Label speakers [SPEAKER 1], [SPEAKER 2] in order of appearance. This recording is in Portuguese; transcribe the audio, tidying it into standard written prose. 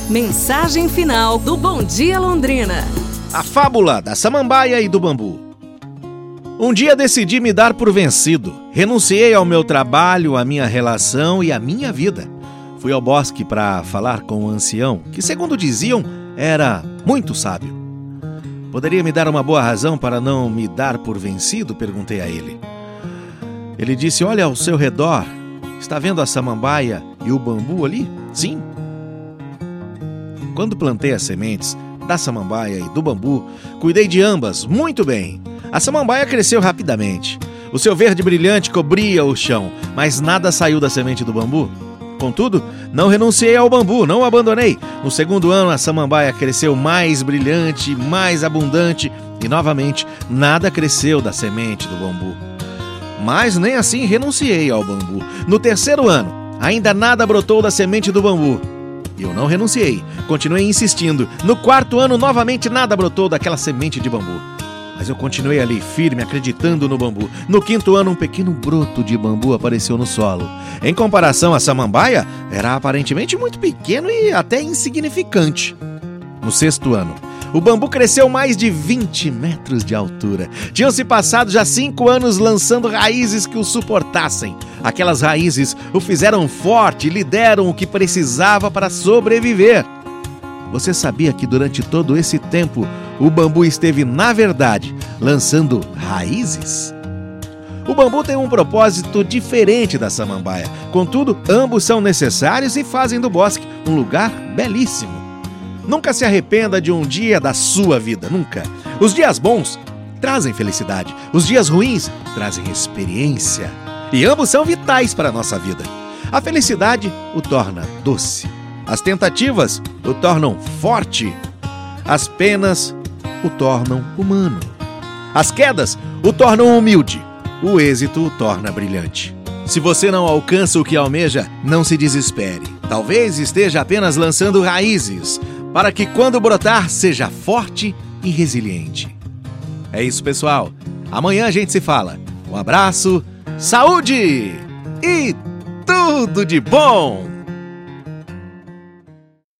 [SPEAKER 1] Mensagem final do Bom Dia Londrina.
[SPEAKER 2] A fábula da samambaia e do bambu. Um dia decidi me dar por vencido. Renunciei ao meu trabalho, à minha relação e à minha vida. Fui ao bosque para falar com um ancião, que, segundo diziam, era muito sábio. Poderia me dar uma boa razão para não me dar por vencido? Perguntei a ele. Ele disse: olha ao seu redor. Está vendo a samambaia e o bambu ali? Sim. Quando plantei as sementes da samambaia e do bambu, cuidei de ambas muito bem. A samambaia cresceu rapidamente. O seu verde brilhante cobria o chão, mas nada saiu da semente do bambu. Contudo, não renunciei ao bambu, não o abandonei. No segundo ano, a samambaia cresceu mais brilhante, mais abundante e, novamente, nada cresceu da semente do bambu. Mas nem assim renunciei ao bambu. No terceiro ano, ainda nada brotou da semente do bambu. Eu não renunciei, continuei insistindo. No quarto ano, novamente nada brotou daquela semente de bambu. Mas eu continuei ali, firme, acreditando no bambu. No quinto ano, um pequeno broto de bambu apareceu no solo. Em comparação à samambaia, era aparentemente muito pequeno e até insignificante. No sexto ano, o bambu cresceu mais de 20 metros de altura. Tinham-se passado já 5 anos lançando raízes que o suportassem. Aquelas raízes o fizeram forte e lhe deram o que precisava para sobreviver. Você sabia que durante todo esse tempo o bambu esteve, na verdade, lançando raízes? O bambu tem um propósito diferente da samambaia. Contudo, ambos são necessários e fazem do bosque um lugar belíssimo. Nunca se arrependa de um dia da sua vida, nunca. Os dias bons trazem felicidade, os dias ruins trazem experiência. E ambos são vitais para a nossa vida. A felicidade o torna doce. As tentativas o tornam forte. As penas o tornam humano. As quedas o tornam humilde. O êxito o torna brilhante. Se você não alcança o que almeja, não se desespere. Talvez esteja apenas lançando raízes, para que quando brotar seja forte e resiliente. É isso, pessoal. Amanhã a gente se fala. Um abraço, saúde e tudo de bom!